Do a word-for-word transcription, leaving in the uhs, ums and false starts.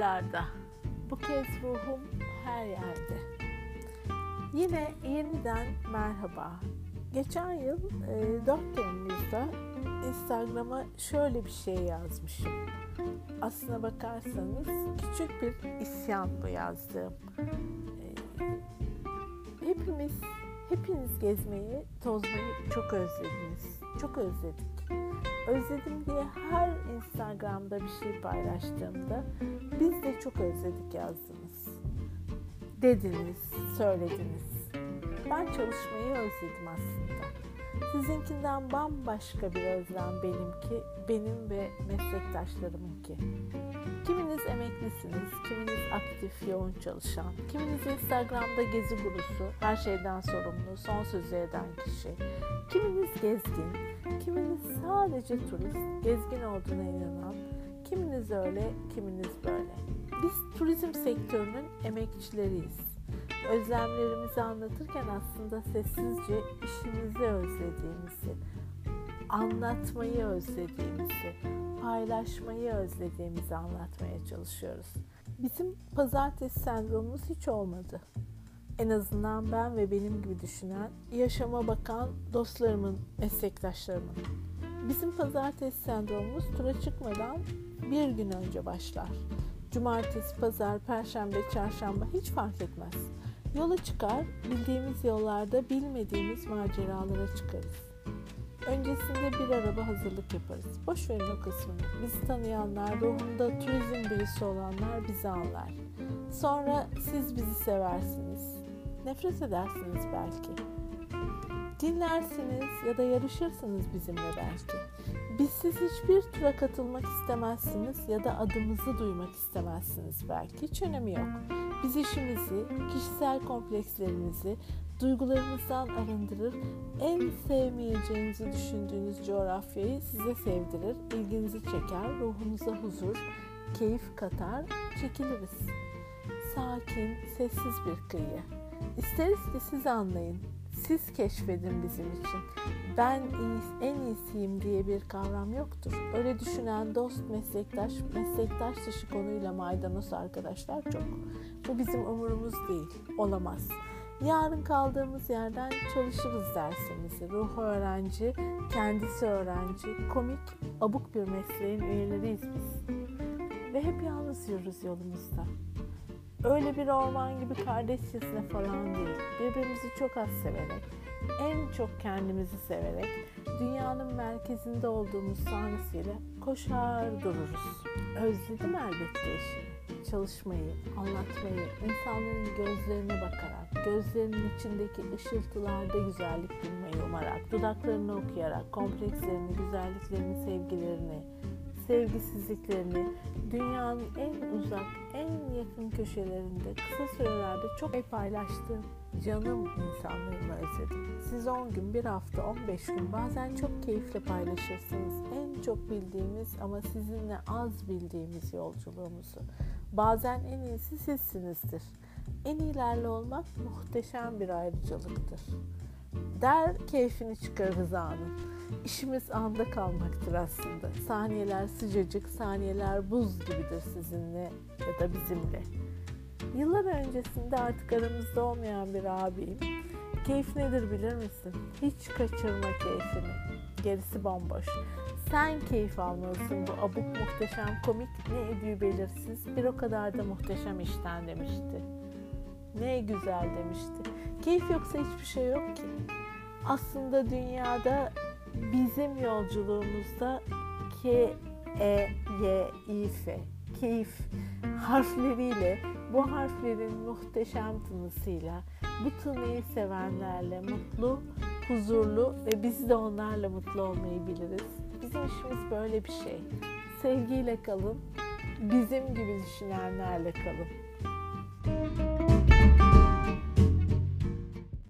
buralarda. Bu kez ruhum her yerde. Yine yirmiden merhaba. Geçen yıl dört Temmuz'da Instagram'a şöyle bir şey yazmışım. Aslına bakarsanız küçük bir isyan bu yazdığım. Hepimiz, hepiniz gezmeyi, tozmayı çok özlediniz. Çok özledik. Özledim diye her Instagram'da bir şey paylaştığımda biz de çok özledik yazdınız. Dediniz, söylediniz. Ben çalışmayı özledim aslında. Sizinkinden bambaşka bir özlem benimki, benim ve meslektaşlarımınki. Kiminiz emeklisiniz, kiminiz aktif, yoğun çalışan, kiminiz Instagram'da gezi gurusu, her şeyden sorumlu, son sözü eden kişi, kiminiz gezgin, kiminiz sadece turist, gezgin olduğuna inanan, kiminiz öyle, kiminiz böyle. Biz turizm sektörünün emekçileriyiz. Özlemlerimizi anlatırken aslında sessizce işimizi özlediğimizi, anlatmayı özlediğimizi, paylaşmayı özlediğimizi anlatmaya çalışıyoruz. Bizim pazartesi sendromumuz hiç olmadı. En azından ben ve benim gibi düşünen, yaşama bakan dostlarımın, meslektaşlarımın. Bizim pazartesi sendromumuz tura çıkmadan bir gün önce başlar. Cumartesi, pazar, perşembe, çarşamba hiç fark etmez. Yola çıkar, bildiğimiz yollarda bilmediğimiz maceralara çıkarız. Öncesinde bir araba hazırlık yaparız. Boş verin o kısmını. Bizi tanıyanlar, ruhunda turizm birisi olanlar bizi anlar. Sonra siz bizi seversiniz. Nefret edersiniz belki. Dinlersiniz ya da yarışırsınız bizimle belki. Bizsiz hiçbir tura katılmak istemezsiniz ya da adımızı duymak istemezsiniz belki. Hiç önemi yok. Biz işimizi, kişisel komplekslerinizi, duygularınızdan arındırır, en sevmeyeceğinizi düşündüğünüz coğrafyayı size sevdirir, ilginizi çeker, ruhunuza huzur, keyif katar, çekiliriz. Sakin, sessiz bir kıyı. İsteriz ki siz anlayın, siz keşfedin bizim için. Ben iyi, en iyisiyim diye bir kavram yoktur. Öyle düşünen dost, meslektaş, meslektaş dışı konuyla maydanoz arkadaşlar çok. Bu bizim umurumuz değil, olamaz. Yarın kaldığımız yerden çalışırız dersimizi. Ruh öğrenci, kendisi öğrenci, komik, abuk bir mesleğin üyeleriyiz biz. Ve hep yalnız yürürüz yolumuzda. Öyle bir orman gibi kardeşçesine falan değil. Birbirimizi çok az severek, en çok kendimizi severek, dünyanın merkezinde olduğumuz sahnesiyle koşar dururuz. Özledim elbette işimi, çalışmayı, anlatmayı, insanların gözlerine bakarak, gözlerinin içindeki ışıltılarda güzellik bulmayı umarak, dudaklarını okuyarak, komplekslerini, güzelliklerini, sevgilerini, sevgisizliklerini, dünyanın en uzak, en yakın köşelerinde kısa sürelerde çok şey paylaştığım canım insanlarımı özledim. Siz on gün, bir hafta, on beş gün bazen çok keyifle paylaşırsınız. En çok bildiğimiz ama sizinle az bildiğimiz yolculuğumuzu. Bazen en iyisi sizsinizdir. En iyilerle olmak muhteşem bir ayrıcalıktır. Der keyfini çıkarırız anın. İşimiz anda kalmaktır aslında. Saniyeler sıcacık, saniyeler buz gibidir sizinle ya da bizimle. Yıllar öncesinde artık aramızda olmayan bir abiyim. Keyif nedir bilir misin? Hiç kaçırma keyfini. Gerisi bomboş. Sen keyif almalısın bu abuk, muhteşem, komik, ne edüğü belirsiz, bir o kadar da muhteşem işten demişti. Ne güzel demişti. Keyif yoksa hiçbir şey yok ki. Aslında dünyada bizim yolculuğumuzda K, E, Y, İ, F, keyif harfleriyle, bu harflerin muhteşem tınısıyla, bu tınıyı sevenlerle mutlu, huzurlu ve biz de onlarla mutlu olmayı biliriz. Bizim işimiz böyle bir şey. Sevgiyle kalın, bizim gibi düşünenlerle kalın.